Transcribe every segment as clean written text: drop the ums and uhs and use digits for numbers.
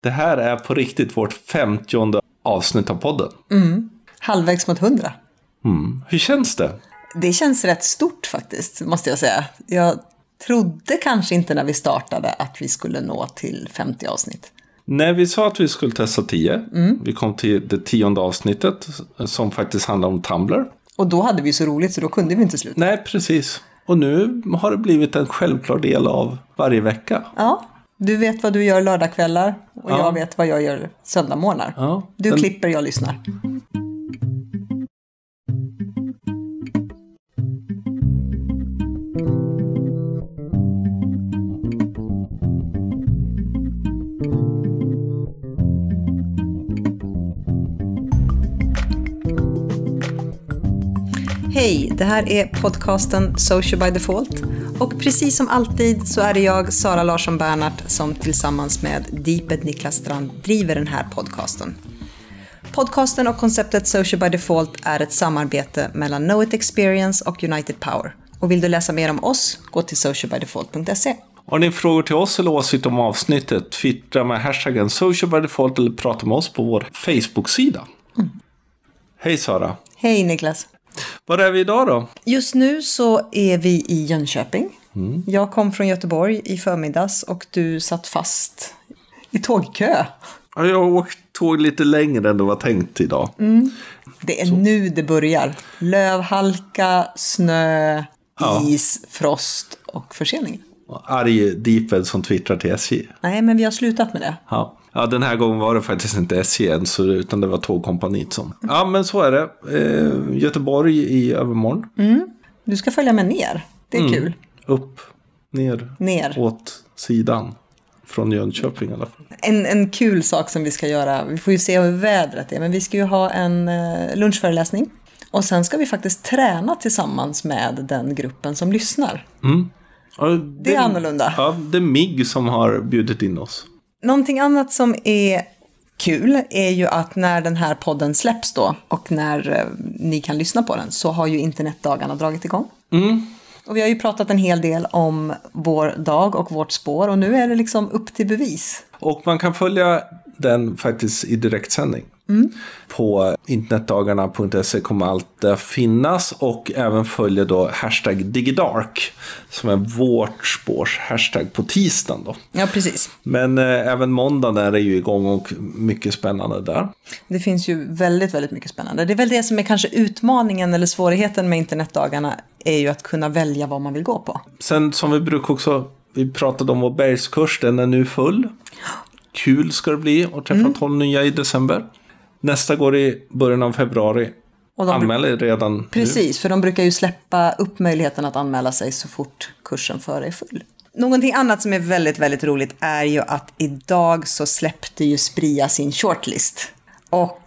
Det här är på riktigt vårt 50:e avsnitt av podden. Halvvägs mot 100. Hur känns det? Det känns rätt stort faktiskt, måste jag säga. Jag trodde kanske inte när vi startade att vi skulle nå till 50 avsnitt. Nej, vi sa att vi skulle testa 10. Vi kom till det 10:e avsnittet som faktiskt handlar om Tumblr. Och då hade vi så roligt så då kunde vi inte sluta. Nej, precis. Och nu har det blivit en självklar del av varje vecka. Ja, du vet vad du gör lördagskvällar och jag vet vad jag gör söndagmorgnar. Ja, du klipper, jag lyssnar. Hej, det här är podcasten Social by Default och precis som alltid så är det jag, Sara Larsson Bernhardt, som tillsammans med Deeped Niklas Strand driver den här podcasten. Podcasten och konceptet Social by Default är ett samarbete mellan Know It Experience och United Power. Och vill du läsa mer om oss, gå till socialbydefault.se. Har ni frågor till oss eller åsikt om avsnittet, twittra med hashtaggen Social by Default eller prata med oss på vår Facebook-sida. Hej Sara. Hej Niklas. Var är vi idag då? Just nu så är vi i Jönköping. Jag kom från Göteborg i förmiddags och du satt fast i tågkö. Ja, jag har åkt tåg lite längre än det var tänkt idag. Det är nu det börjar. Lövhalka, snö, is, frost och försening. Arg Deeped som twittrar till SJ. Nej, men vi har slutat med det. Ja, den här gången var det faktiskt inte SJ än, utan det var tågkompaniet som. Ja, men så är det. Göteborg i övermorgon. Du ska följa med ner. Det är kul. Upp, ner. Åt sidan. Från Jönköping i alla fall. En kul sak som vi ska göra. Vi får ju se hur vädret är. Men vi ska ju ha en lunchföreläsning. Och sen ska vi faktiskt träna tillsammans med den gruppen som lyssnar. Det är annorlunda. Ja, det är MIG som har bjudit in oss. Någonting annat som är kul är ju att när den här podden släpps då och när ni kan lyssna på den så har ju internetdagarna dragit igång. Och vi har ju pratat en hel del om vår dag och vårt spår och nu är det liksom upp till bevis. Och man kan följa den faktiskt i direktsändning. På internetdagarna.se kommer allt det finnas och även följa då hashtag Digidark som är vårt spårs hashtag på tisdagen då. Ja, precis. Men även måndagen är det ju igång och mycket spännande där. Det finns ju väldigt, väldigt mycket spännande. Det är väl det som är kanske utmaningen eller svårigheten med internetdagarna är ju att kunna välja vad man vill gå på. Sen som vi brukar också, vi pratade om vår bergskurs, den är nu full. Kul ska det bli att träffa 12 nya i december. Nästa går i början av februari. Och anmäler redan precis, för de brukar ju släppa upp möjligheten att anmäla sig så fort kursen före är full. Någonting annat som är väldigt, väldigt roligt är ju att idag så släppte ju Spria sin shortlist. Och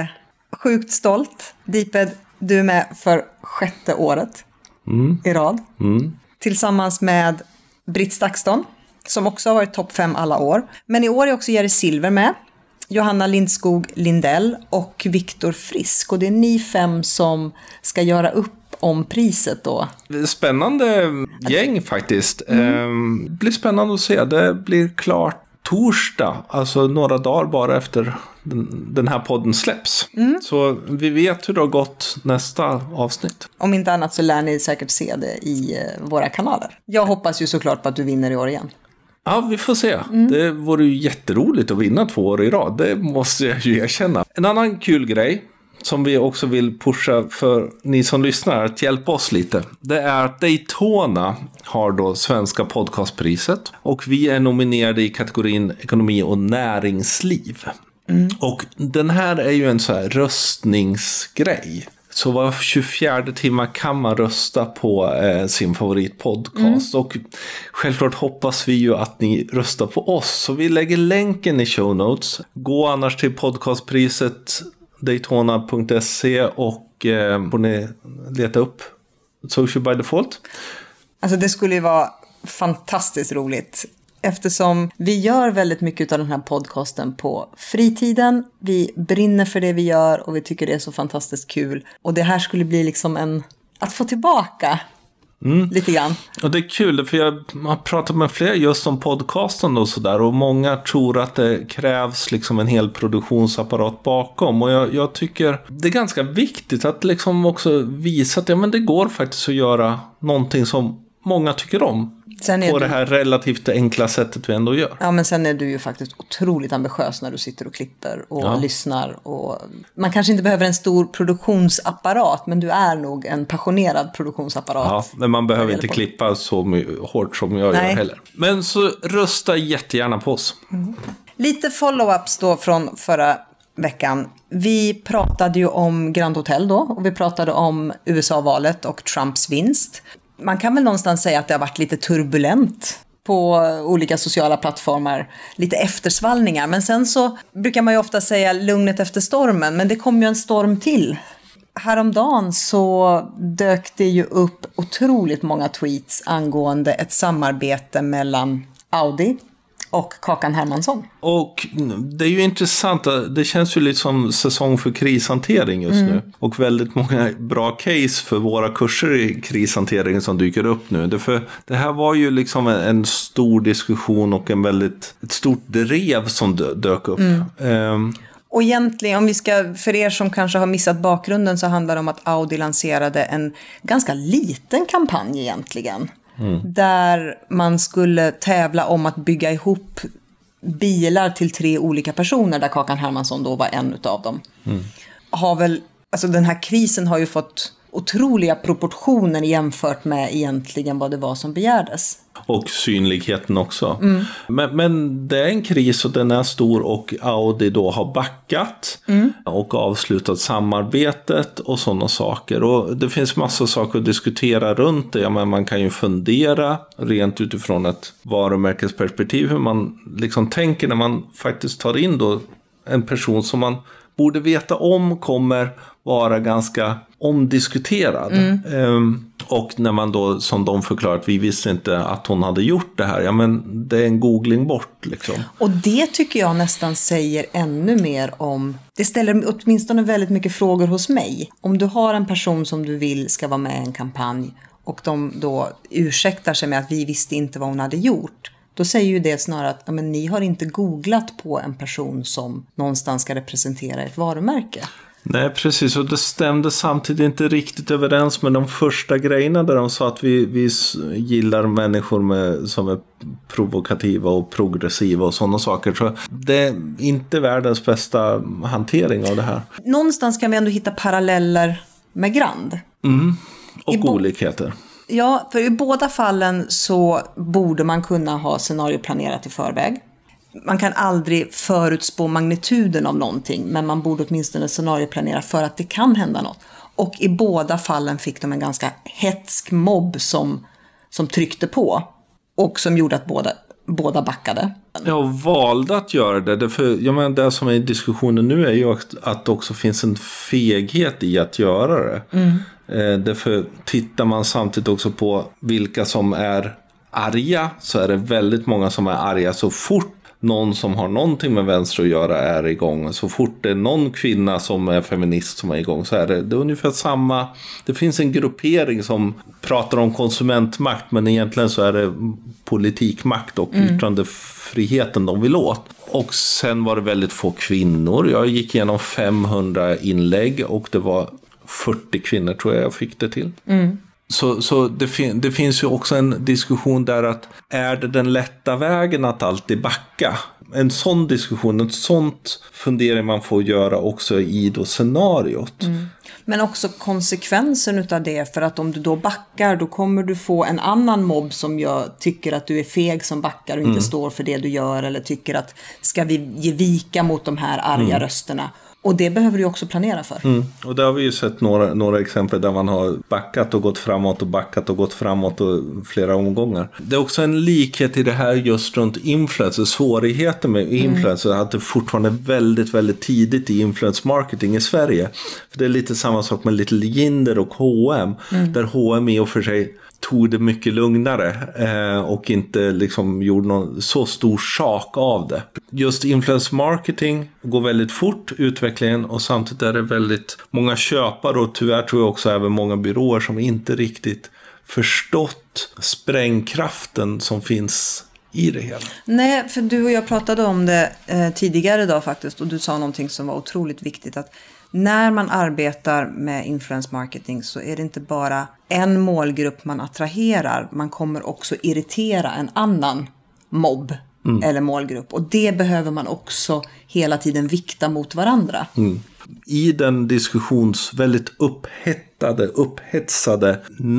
sjukt stolt. Deeped, du är med för 6:e året i rad. Tillsammans med Britt Stakston, som också har varit topp 5 alla år. Men i år är också Jerry Silver med. Johanna Lindskog Lindell och Viktor Frisk. Och det är ni 5 som ska göra upp om priset då. Spännande gäng faktiskt. Det blir spännande att se. Det blir klart torsdag. Alltså några dagar bara efter den här podden släpps. Så vi vet hur det har gått nästa avsnitt. Om inte annat så lär ni säkert se det i våra kanaler. Jag hoppas ju såklart på att du vinner i år igen. Ja, vi får se. Det vore ju jätteroligt att vinna 2 år i rad. Det måste jag ju erkänna. En annan kul grej som vi också vill pusha för ni som lyssnar att hjälpa oss lite. Det är att Daytona har då svenska podcastpriset. Och vi är nominerade i kategorin ekonomi och näringsliv. Och den här är ju en så här röstningsgrej. Så var 24 timmar kan man rösta på sin favoritpodcast. Och självklart hoppas vi ju att ni röstar på oss. Så vi lägger länken i show notes. Gå annars till podcastpriset Daytona.se och får ni leta upp Social by Default. Alltså det skulle ju vara fantastiskt roligt. Eftersom vi gör väldigt mycket av den här podcasten på fritiden. Vi brinner för det vi gör och vi tycker det är så fantastiskt kul. Och det här skulle bli liksom att få tillbaka lite grann. Och det är kul, för jag har pratat med flera just om podcasten och sådär, och många tror att det krävs liksom en hel produktionsapparat bakom, och jag tycker det är ganska viktigt att liksom också visa att men det går faktiskt att göra någonting som många tycker om. På det här relativt enkla sättet vi ändå gör. Ja, men sen är du ju faktiskt otroligt ambitiös när du sitter och klipper och lyssnar. Och man kanske inte behöver en stor produktionsapparat, men du är nog en passionerad produktionsapparat. Ja, men man behöver inte klippa så hårt som jag gör heller. Men så rösta jättegärna på oss. Lite follow-ups då från förra veckan. Vi pratade ju om Grand Hotel då, och vi pratade om USA-valet och Trumps vinst. Man kan väl någonstans säga att det har varit lite turbulent på olika sociala plattformar. Lite eftersvallningar. Men sen så brukar man ju ofta säga lugnet efter stormen. Men det kom ju en storm till. Häromdagen så dök det ju upp otroligt många tweets angående ett samarbete mellan Audi och Kakan Hermansson. Och det är ju intressant, det känns ju lite som säsong för krishantering just nu. Och väldigt många bra case för våra kurser i krishantering som dyker upp nu. Det här var ju liksom en stor diskussion och ett stort drev som dök upp. Och egentligen, om vi ska, för er som kanske har missat bakgrunden, så handlar det om att Audi lanserade en ganska liten kampanj egentligen. Där man skulle tävla om att bygga ihop bilar till 3 olika personer, där Kakan Hermansson då var en utav dem. Alltså den här krisen har ju fått otroliga proportioner jämfört med egentligen vad det var som begärdes. Och synligheten också. Men det är en kris och den är stor, och Audi då har backat och avslutat samarbetet och sådana saker. Och det finns massa saker att diskutera runt det. Men man kan ju fundera rent utifrån ett varumärkesperspektiv hur man liksom tänker när man faktiskt tar in då en person som man borde veta om kommer vara ganska omdiskuterad. Och när man då, som de förklarat, vi visste inte att hon hade gjort det här. Ja, men det är en googling bort liksom. Och det tycker jag nästan säger ännu mer om, det ställer åtminstone väldigt mycket frågor hos mig. Om du har en person som du vill ska vara med i en kampanj och de då ursäktar sig med att vi visste inte vad hon hade gjort. Då säger ju det snarare att men ni har inte googlat på en person som någonstans ska representera ett varumärke. Nej, precis. Och det stämde samtidigt inte riktigt överens med de första grejerna där de sa att vi gillar människor som är provokativa och progressiva och sådana saker. Så det är inte världens bästa hantering av det här. Någonstans kan vi ändå hitta paralleller med Grand. Och olikheter. Ja, för i båda fallen så borde man kunna ha scenarioplanerat i förväg. Man kan aldrig förutspå magnituden av någonting, men man borde åtminstone scenarioplanera för att det kan hända något. Och i båda fallen fick de en ganska hetsk mobb som tryckte på och som gjorde att båda backade. Jag valde att göra det. Det som är i diskussionen nu är ju att det också finns en feghet i att göra det. Därför tittar man samtidigt också på vilka som är arga, så är det väldigt många som är arga så fort någon som har någonting med vänster att göra är igång. Så fort det är någon kvinna som är feminist som är igång, så är det är ungefär samma. Det finns en gruppering som pratar om konsumentmakt, men egentligen så är det politikmakt och yttrandefriheten de vill åt. Och sen var det väldigt få kvinnor. Jag gick igenom 500 inlägg och det var 40 kvinnor tror jag fick det till. Så det finns ju också en diskussion där att är det den lätta vägen att alltid backa? En sån diskussion, ett sånt fundering man får göra också i då scenariot. Men också konsekvensen utav det, för att om du då backar då kommer du få en annan mobb som tycker att du är feg som backar och inte står för det du gör, eller tycker att ska vi ge vika mot de här arga rösterna. Och det behöver du också planera för. Och där har vi ju sett några exempel där man har backat och gått framåt och backat och gått framåt och flera omgångar. Det är också en likhet i det här just runt influencer. Svårigheten med influencer är att det fortfarande är väldigt, väldigt tidigt i influence marketing i Sverige. För det är lite samma sak med Little Jinder och H&M. Där H&M i och för sig tog det mycket lugnare och inte liksom gjorde någon så stor sak av det. Just influence marketing går väldigt fort, utvecklingen, och samtidigt är det väldigt många köpare och tyvärr tror jag också även många byråer som inte riktigt förstått sprängkraften som finns i det hela. Nej, för du och jag pratade om det tidigare idag faktiskt, och du sa någonting som var otroligt viktigt, att när man arbetar med influence marketing så är det inte bara en målgrupp man attraherar, man kommer också irritera en annan mobb eller målgrupp, och det behöver man också hela tiden vikta mot varandra. I den väldigt upphetsade,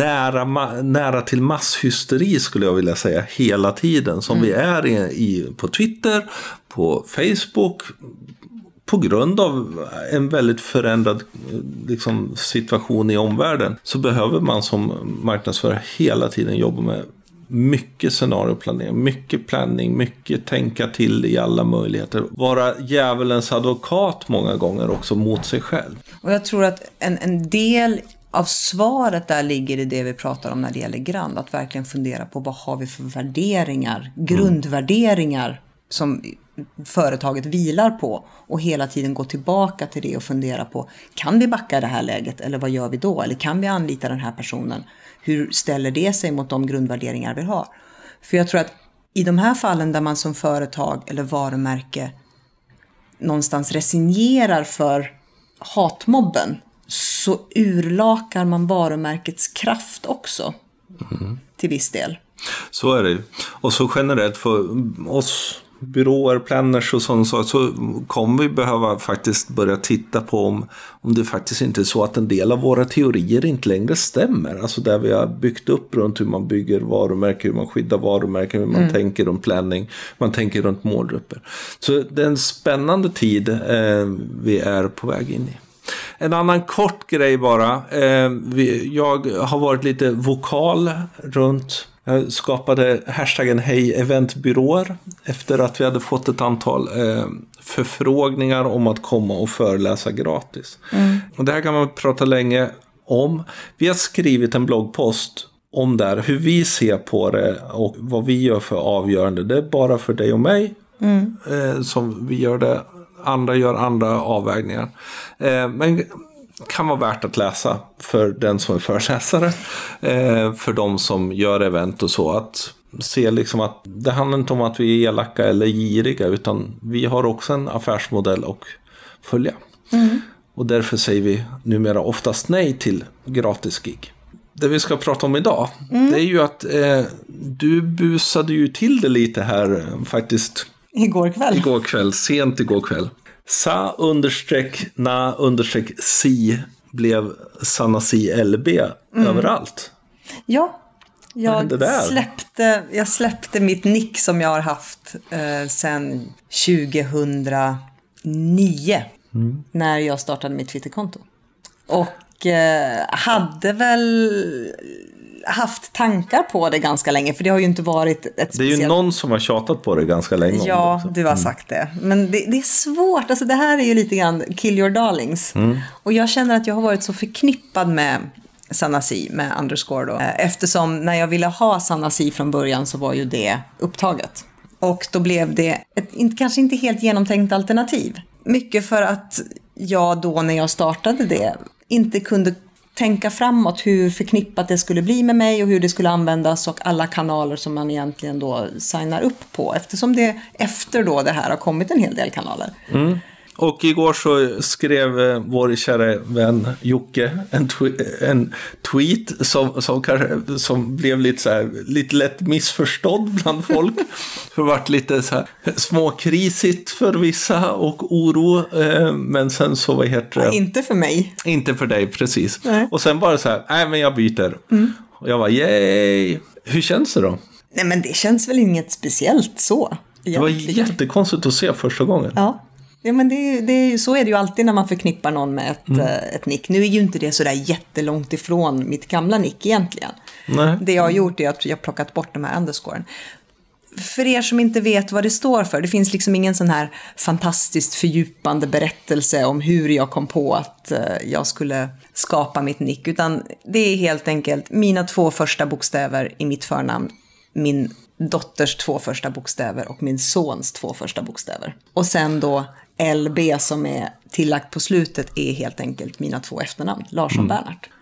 nära till masshysteri skulle jag vilja säga hela tiden som vi är på Twitter, på Facebook, på grund av en väldigt förändrad liksom, situation i omvärlden, så behöver man som marknadsförare hela tiden jobba med mycket scenarioplanering, mycket planning, mycket tänka till i alla möjligheter. Vara djävulens advokat många gånger också mot sig själv. Och jag tror att en del av svaret där ligger i det vi pratar om när det gäller Grand. Att verkligen fundera på vad har vi för värderingar, grundvärderingar som företaget vilar på, och hela tiden gå tillbaka till det och fundera på, kan vi backa i det här läget eller vad gör vi då, eller kan vi anlita den här personen, hur ställer det sig mot de grundvärderingar vi har. För jag tror att i de här fallen där man som företag eller varumärke någonstans resignerar för hatmobben, så urlakar man varumärkets kraft också till viss del. Så är det. Och så generellt för oss byråer, planners och sånt, så kommer vi behöva faktiskt börja titta på om det faktiskt inte är så att en del av våra teorier inte längre stämmer. Alltså där vi har byggt upp runt hur man bygger varumärken, hur man skyddar varumärken, hur man tänker runt planning, man tänker runt målgrupper. Så det är en spännande tid vi är på väg in i. En annan kort grej bara. Jag har varit lite vokal runt. Jag skapade hashtaggen Hej eventbyråer efter att vi hade fått ett antal förfrågningar om att komma och föreläsa gratis. Och det här kan man prata länge om. Vi har skrivit en bloggpost om det här, hur vi ser på det och vad vi gör för avgörande. Det är bara för dig och mig som vi gör det. Andra gör andra avvägningar. Men kan vara värt att läsa för den som är föreläsare, för de som gör event och så, att se liksom att det handlar inte om att vi är elaka eller giriga, utan vi har också en affärsmodell att följa. Och därför säger vi numera oftast nej till gratis gig. Det vi ska prata om idag, det är ju att du busade ju till det lite här faktiskt igår kväll, sent igår kväll. Sa_na_si blev Sanasi LB överallt. Ja, jag släppte mitt nick som jag har haft sedan 2009 när jag startade mitt Twitterkonto. Och hade väl haft tankar på det ganska länge, för det har ju inte varit ett speciellt... Det är ju någon som har tjatat på det ganska länge. Ja, du har sagt det. Men det är svårt, alltså det här är ju lite grann kill your darlings. Och jag känner att jag har varit så förknippad med Sanasi, med underscore då. Eftersom när jag ville ha Sanasi från början så var ju det upptaget. Och då blev det kanske inte helt genomtänkt alternativ. Mycket för att jag då när jag startade det inte kunde tänka framåt hur förknippat det skulle bli med mig och hur det skulle användas och alla kanaler som man egentligen då signar upp på. Eftersom det efter då det här har kommit en hel del kanaler. Och igår så skrev vår kära vän Jocke en tweet som blev lite lätt missförstådd bland folk. Det har varit lite så här småkrisigt för vissa och oro. Men sen så var det... Ja, inte för mig. Inte för dig, precis. Nej. Och sen bara så här, nej men jag byter. Och jag var yay! Hur känns det då? Nej men det känns väl inget speciellt så. Det var jättekonstigt att se första gången. Ja. Ja, men så är det ju alltid när man förknippar någon med ett nick. Nu är ju inte det så där jättelångt ifrån mitt gamla nick egentligen. Nej. Det jag har gjort är att jag har plockat bort de här underscoren. För er som inte vet vad det står för, det finns liksom ingen sån här fantastiskt fördjupande berättelse om hur jag kom på att jag skulle skapa mitt nick. Utan det är helt enkelt mina 2 första bokstäver i mitt förnamn, min dotters 2 första bokstäver och min sons 2 första bokstäver. Och sen då LB som är tillagt på slutet är helt enkelt mina 2 efternamn, Larsson Bernhardt.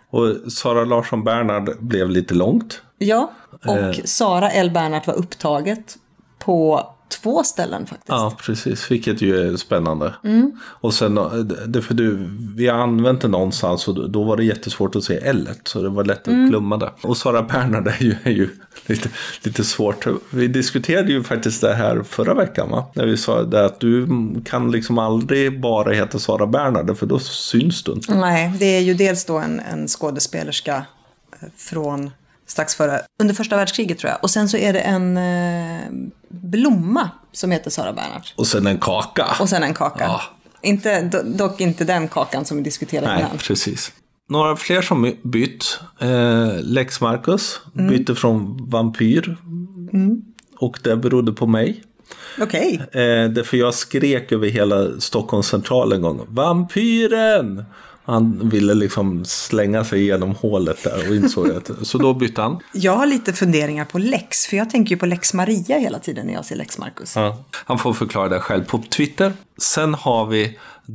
Och Sara Larsson Bernhard blev lite långt. Ja, och Sara L. Bernhard var upptaget på 2 ställen faktiskt. Ja, precis. Vilket ju är spännande. Och sen, vi har använt det någonstans och då var det jättesvårt att se L-et. Så det var lätt att glömma det. Och Sara Bernhard är ju lite svårt. Vi diskuterade ju faktiskt det här förra veckan, va? När vi sa det att du kan liksom aldrig bara heta Sara Bernhard, för då syns du inte. Nej, det är ju dels då en skådespelerska från under första världskriget tror jag. Och sen så är det en blomma som heter Sara Bernhard. Och sen en kaka. Ja. Dock inte den kakan som vi diskuterade innan. Nej, precis. Några fler som bytt. Lex Marcus bytte från vampyr. Och det berodde på mig. Okej. Därför jag skrek över hela Stockholms central en gång. Vampyren! Han ville liksom slänga sig igenom hålet där och insåg att... Så då bytte han. Jag har lite funderingar på Lex. För jag tänker ju på Lex Maria hela tiden när jag ser Lex Marcus. Ja, han får förklara det själv på Twitter. Sen har vi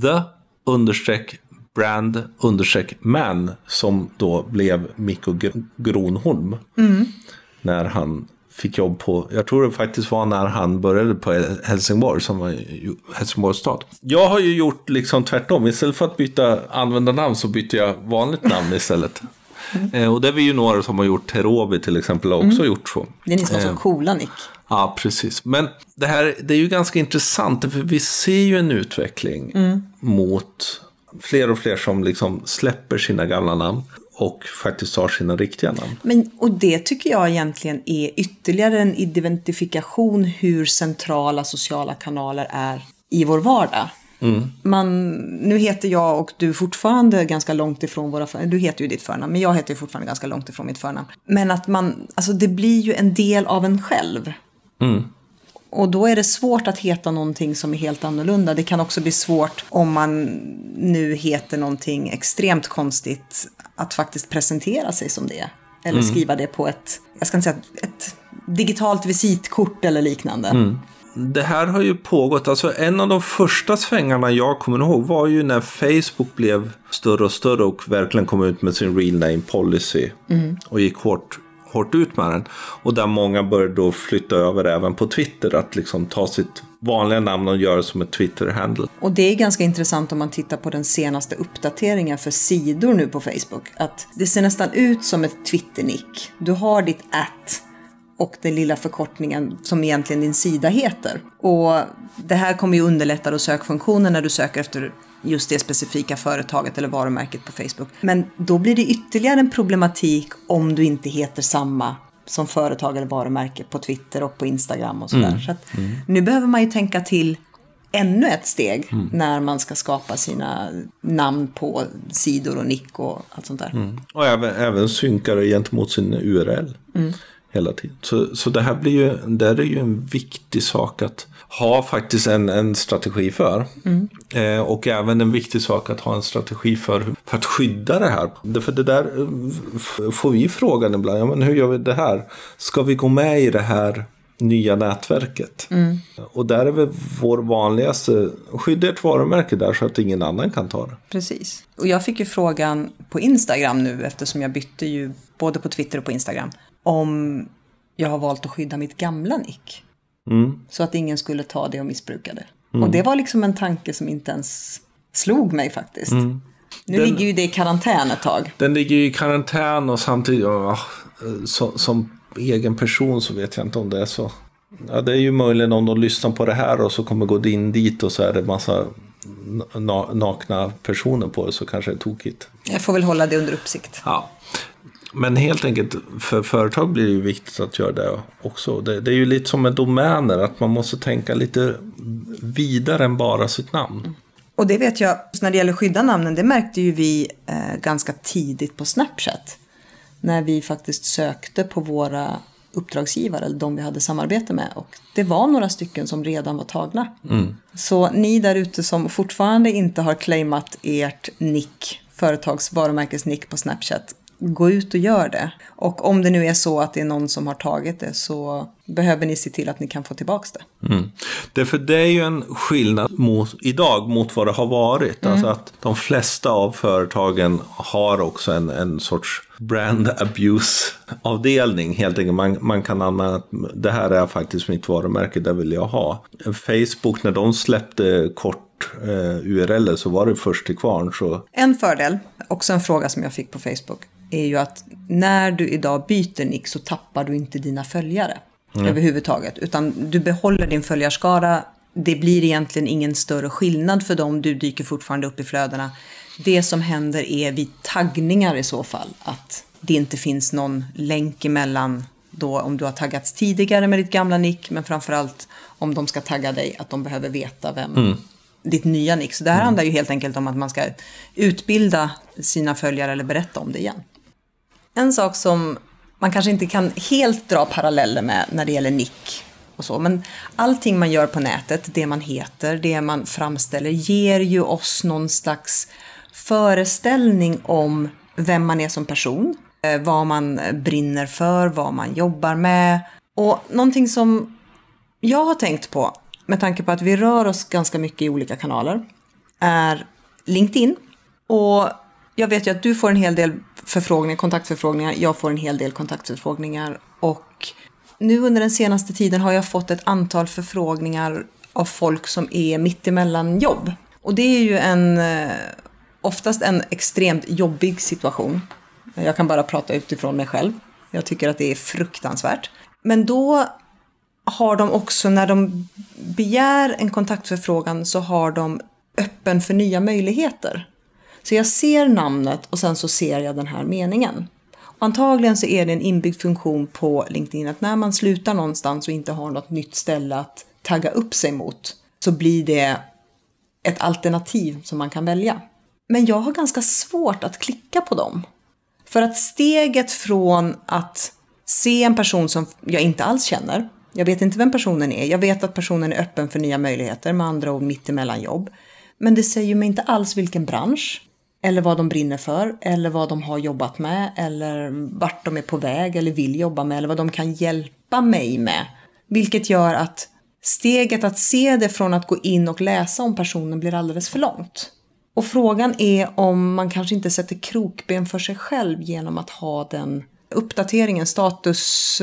_brand_man som då blev Mikko Gronholm. När han fick jobb på, jag tror det faktiskt var när han började på Helsingborg som var Helsingborgs stad. Jag har ju gjort liksom tvärtom. Istället för att byta användarnamn så bytte jag vanligt namn istället. Och det är vi ju några som har gjort. Herobi till exempel har också gjort så. Det är ni som har så coola nick. Ja, precis. Men det är ju ganska intressant för vi ser ju en utveckling mot fler och fler som liksom släpper sina gamla namn och faktiskt har sina riktiga namn. Och det tycker jag egentligen är ytterligare en identifikation hur centrala sociala kanaler är i vår vardag. Nu heter jag och du fortfarande ganska långt ifrån du heter ju ditt förnamn, men jag heter ju fortfarande ganska långt ifrån mitt förnamn. Men att det blir ju en del av en själv. Och då är det svårt att heta någonting som är helt annorlunda. Det kan också bli svårt om man nu heter någonting extremt konstigt att faktiskt presentera sig som det. Eller skriva det på ett digitalt visitkort eller liknande. Det här har ju pågått, alltså en av de första svängarna jag kommer ihåg var ju när Facebook blev större och större och verkligen kom ut med sin real name policy och gick hårt ut med den. Och där många började då flytta över även på Twitter att liksom ta sitt vanliga namn och göra som ett Twitter-handle. Och det är ganska intressant om man tittar på den senaste uppdateringen för sidor nu på Facebook. Att det ser nästan ut som ett Twitter-nick. Du har ditt och den lilla förkortningen som egentligen din sida heter. Och det här kommer ju underlätta då sökfunktionen när du söker efter just det specifika företaget eller varumärket på Facebook. Men då blir det ytterligare en problematik om du inte heter samma som företag eller varumärke på Twitter och på Instagram och sådär. Så att nu behöver man ju tänka till ännu ett steg när man ska skapa sina namn på sidor och nick och allt sånt där. Och även synka det gentemot sin URL. Hela tiden. Så det här är ju en viktig sak att ha faktiskt en strategi för. Och även en viktig sak att ha en strategi för att skydda det här. För det där får vi frågan ibland. Ja, men hur gör vi det här? Ska vi gå med i det här nya nätverket? Och där är väl vår vanligaste skydda ett varumärke där så att ingen annan kan ta det. Precis. Och jag fick ju frågan på Instagram nu eftersom jag bytte ju både på Twitter och på Instagram om jag har valt att skydda mitt gamla nick. Så att ingen skulle ta det och missbruka det. Och det var liksom en tanke som inte ens slog mig faktiskt. Nu ligger ju det i karantän ett tag. Den ligger ju i karantän och samtidigt som egen person så vet jag inte om det är så. Ja, det är ju möjligt om de lyssnar på det här och så kommer gå in dit och så är det massa nakna personer på det så kanske det är tokigt. Jag får väl hålla det under uppsikt. Ja. Men helt enkelt för företag blir det ju viktigt att göra det också. Det är ju lite som med domäner att man måste tänka lite vidare än bara sitt namn. Och det vet jag, när det gäller skydda namnen, det märkte ju vi ganska tidigt på Snapchat. När vi faktiskt sökte på våra uppdragsgivare eller de vi hade samarbete med. Och det var några stycken som redan var tagna. Så ni där ute som fortfarande inte har claimat ert nick, företags varumärkesnick på Snapchat, gå ut och gör det. Och om det nu är så att det är någon som har tagit det så behöver ni se till att ni kan få tillbaka det. Därför det är ju en skillnad idag mot vad det har varit. Alltså att de flesta av företagen har också en sorts brand abuse-avdelning. Helt enkelt man kan använda att det här är faktiskt mitt varumärke, det vill jag ha. Facebook, när de släppte kort URL så var det först till kvarn. Så. En fördel, också en fråga som jag fick på Facebook, är ju att när du idag byter nick så tappar du inte dina följare överhuvudtaget. Utan du behåller din följarskara. Det blir egentligen ingen större skillnad för dem. Du dyker fortfarande upp i flödena. Det som händer är vid taggningar i så fall. Att det inte finns någon länk emellan då om du har taggats tidigare med ditt gamla nick. Men framförallt om de ska tagga dig att de behöver veta vem ditt nya nick. Så det här handlar ju helt enkelt om att man ska utbilda sina följare eller berätta om det igen. En sak som man kanske inte kan helt dra paralleller med när det gäller nick och så. Men allting man gör på nätet, det man heter, det man framställer ger ju oss någon slags föreställning om vem man är som person. Vad man brinner för, vad man jobbar med. Och någonting som jag har tänkt på med tanke på att vi rör oss ganska mycket i olika kanaler är LinkedIn. Och jag vet ju att du får en hel del kontaktförfrågningar. Jag får en hel del kontaktförfrågningar. Och nu under den senaste tiden har jag fått ett antal förfrågningar av folk som är mitt emellan jobb. Och det är ju oftast en extremt jobbig situation. Jag kan bara prata utifrån mig själv. Jag tycker att det är fruktansvärt. Men då har de också, när de begär en kontaktförfrågan så har de öppen för nya möjligheter. Så jag ser namnet och sen så ser jag den här meningen. Och antagligen så är det en inbyggd funktion på LinkedIn att när man slutar någonstans och inte har något nytt ställe att tagga upp sig mot så blir det ett alternativ som man kan välja. Men jag har ganska svårt att klicka på dem. För att steget från att se en person som jag inte alls känner, jag vet inte vem personen är, jag vet att personen är öppen för nya möjligheter, med andra ord mitt emellan jobb. Men det säger mig inte alls vilken bransch, eller vad de brinner för, eller vad de har jobbat med, eller vart de är på väg eller vill jobba med, eller vad de kan hjälpa mig med. Vilket gör att steget att se det från att gå in och läsa om personen blir alldeles för långt. Och frågan är om man kanske inte sätter krokben för sig själv genom att ha den uppdateringen, status.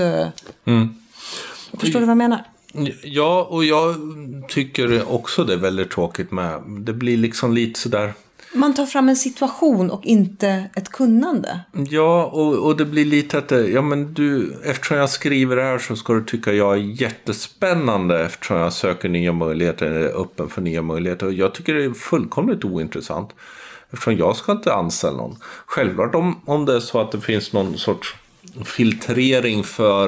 Förstår du vad jag menar? Ja, och jag tycker också det är väldigt tråkigt med. Det blir liksom lite sådär. Man tar fram en situation och inte ett kunnande. Ja, och det blir lite att eftersom jag skriver det här så ska du tycka jag är jättespännande eftersom jag söker nya möjligheter, är öppen för nya möjligheter. Och jag tycker det är fullkomligt ointressant eftersom jag ska inte anställa någon. Självklart om det är så att det finns någon sorts filtrering för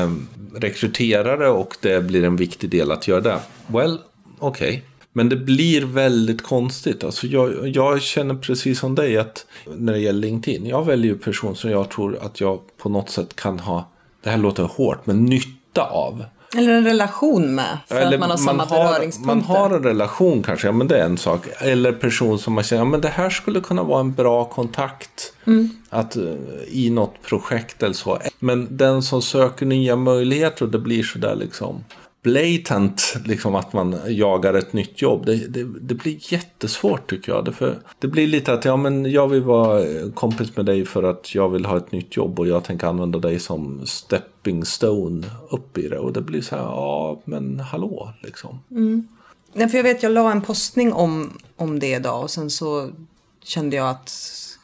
rekryterare och det blir en viktig del att göra det. Well, okej. Men det blir väldigt konstigt. Alltså jag känner precis som dig att när det gäller LinkedIn, jag väljer ju person som jag tror att jag på något sätt kan ha, det här låter hårt, men nytta av. Eller en relation med, för eller att man har samma beröringspunkter. Man har en relation kanske, ja men det är en sak. Eller person som man känner, ja men det här skulle kunna vara en bra kontakt att, i något projekt eller så. Men den som söker nya möjligheter och det blir så där liksom blatant liksom att man jagar ett nytt jobb. Det blir jättesvårt tycker jag. Det blir lite att jag vill vara kompis med dig för att jag vill ha ett nytt jobb och jag tänker använda dig som stepping stone upp i det. Och det blir så här, men hallå liksom. Nej, för jag vet, jag la en postning om det idag och sen så kände jag att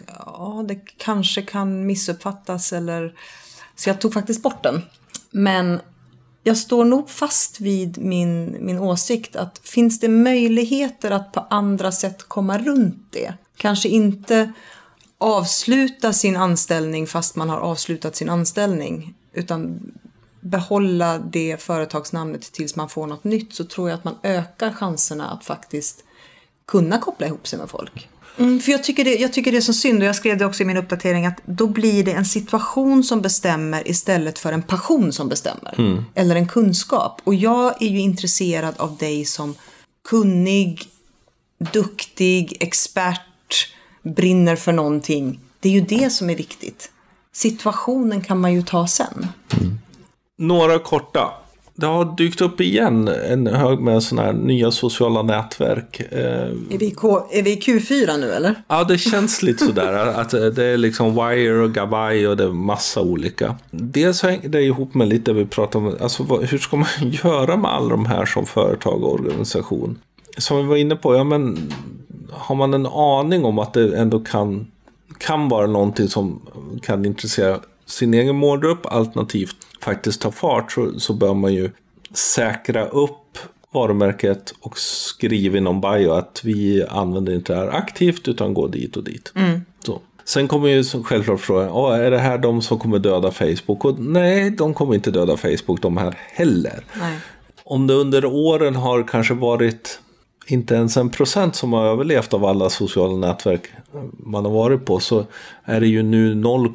det kanske kan missuppfattas eller så jag tog faktiskt bort den. Men jag står nog fast vid min åsikt att finns det möjligheter att på andra sätt komma runt det. Kanske inte avsluta sin anställning fast man har avslutat sin anställning. Utan behålla det företagsnamnet tills man får något nytt. Så tror jag att man ökar chanserna att faktiskt kunna koppla ihop sig med folk. För jag tycker det är så synd, och jag skrev det också i min uppdatering, att då blir det en situation som bestämmer istället för en passion som bestämmer. Eller en kunskap. Och jag är ju intresserad av dig som kunnig, duktig, expert, brinner för någonting. Det är ju det som är viktigt. Situationen kan man ju ta sen. Några korta. Det har dykt upp igen en hög med sådana här nya sociala nätverk. Är vi i Q4 nu eller? Ja, det känns lite sådär att det är liksom Wire och Gabay och det är massa olika. Dels hänger det ihop med lite vi pratar om, alltså hur ska man göra med alla de här som företag och organisation? Som vi var inne på, ja men har man en aning om att det ändå kan vara någonting som kan intressera sin egen målgrupp, alternativt faktiskt ta fart, så bör man ju säkra upp varumärket och skriva i någon bio att vi använder inte det här aktivt utan går dit och dit. Så. Sen kommer ju självklart frågan, är det här de som kommer döda Facebook? Och nej, de kommer inte döda Facebook de här heller. Nej. Om det under åren har kanske varit inte ens 1% som har överlevt av alla sociala nätverk man har varit på, så är det ju nu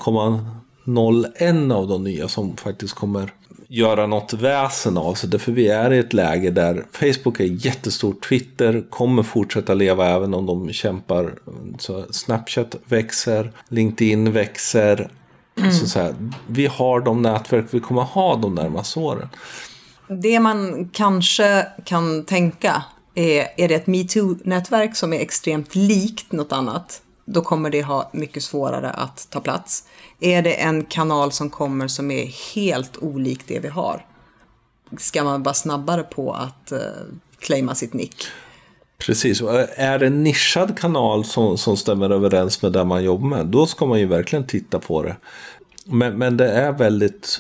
0,01 av de nya som faktiskt kommer göra något väsen av sig. Därför vi är i ett läge där Facebook är jättestort, Twitter kommer fortsätta leva även om de kämpar. Så Snapchat växer, LinkedIn växer. Så här, vi har de nätverk vi kommer ha de närmaste åren. Det man kanske kan tänka är det ett MeToo-nätverk som är extremt likt något annat, då kommer det ha mycket svårare att ta plats. Är det en kanal som kommer som är helt olik det vi har, ska man vara snabbare på att claima sitt nick. Precis, och är det en nischad kanal som stämmer överens med där man jobbar med, då ska man ju verkligen titta på det. Men det är väldigt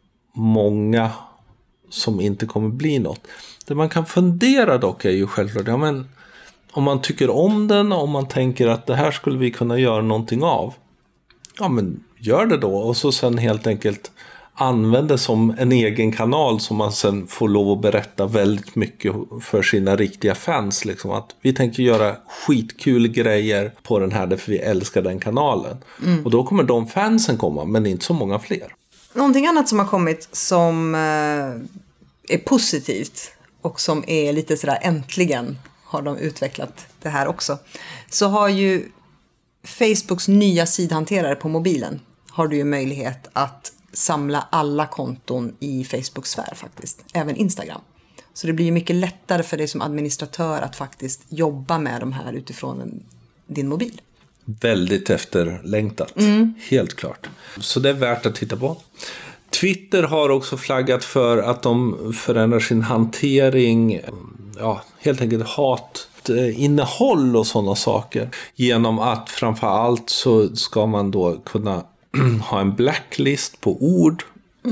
många som inte kommer bli något. Det man kan fundera dock är ju självklart, ja men om man tycker om den, om man tänker att det här skulle vi kunna göra någonting av, ja men gör det då, och så sen helt enkelt använder som en egen kanal som man sen får lov att berätta väldigt mycket för sina riktiga fans, liksom att vi tänker göra skitkul grejer på den här därför vi älskar den kanalen. Och då kommer de fansen komma, men inte så många fler. Någonting annat som har kommit som är positivt och som är lite sådär äntligen har de utvecklat det här också, så har ju Facebooks nya sidhanterare på mobilen har du ju möjlighet att samla alla konton i Facebooks sfär faktiskt, även Instagram. Så det blir ju mycket lättare för dig som administratör att faktiskt jobba med de här utifrån din mobil. Väldigt efterlängtat, helt klart. Så det är värt att titta på. Twitter har också flaggat för att de förändrar sin hantering, helt enkelt innehåll och sådana saker. Genom att framförallt så ska man då kunna ha en blacklist på ord.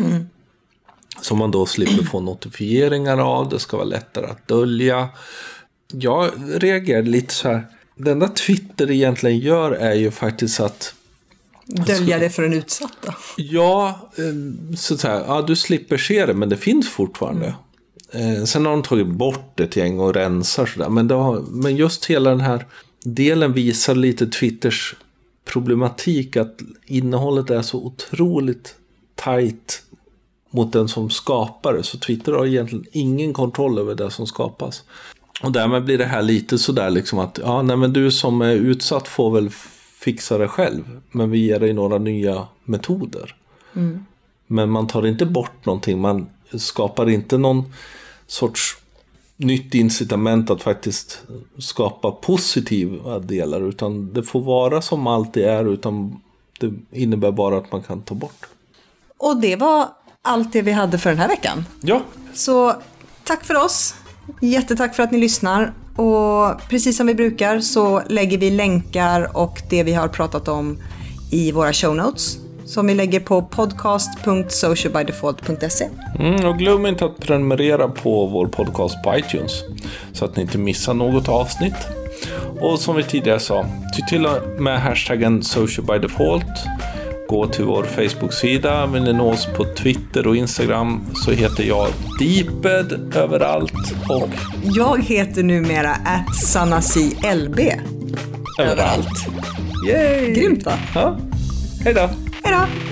Som man då slipper få notifieringar av. Det ska vara lättare att dölja. Jag reagerade lite så här. Det enda Twitter egentligen gör är ju faktiskt att dölja det för en utsatta. Ja, så här, ja, du slipper se det, men det finns fortfarande. Sen har de tagit bort ett gäng och rensar sådär. Men just hela den här delen visar lite Twitters problematik, att innehållet är så otroligt tajt mot den som skapar det. Så Twitter har egentligen ingen kontroll över det som skapas. Och därmed blir det här lite sådär liksom att men du som är utsatt får väl fixa det själv, men vi ger dig några nya metoder. Men man tar inte bort någonting, man skapar inte någon sorts nytt incitament att faktiskt skapa positiva delar, utan det får vara som alltid är, utan det innebär bara att man kan ta bort. Och det var allt det vi hade för den här veckan. Ja. Så tack för oss. Jättetack för att ni lyssnar. Och precis som vi brukar så lägger vi länkar och det vi har pratat om i våra show notes, som vi lägger på podcast.socialbydefault.se. Och glöm inte att prenumerera på vår podcast på iTunes så att ni inte missar något avsnitt. Och som vi tidigare sa, till och med hashtaggen socialbydefault. Gå till vår Facebook-sida, vill ni nå oss på Twitter och Instagram så heter jag Deeped överallt. Och jag heter numera @sanacilb överallt. Yay! Grymt va? Ja. Hej då! Hej då!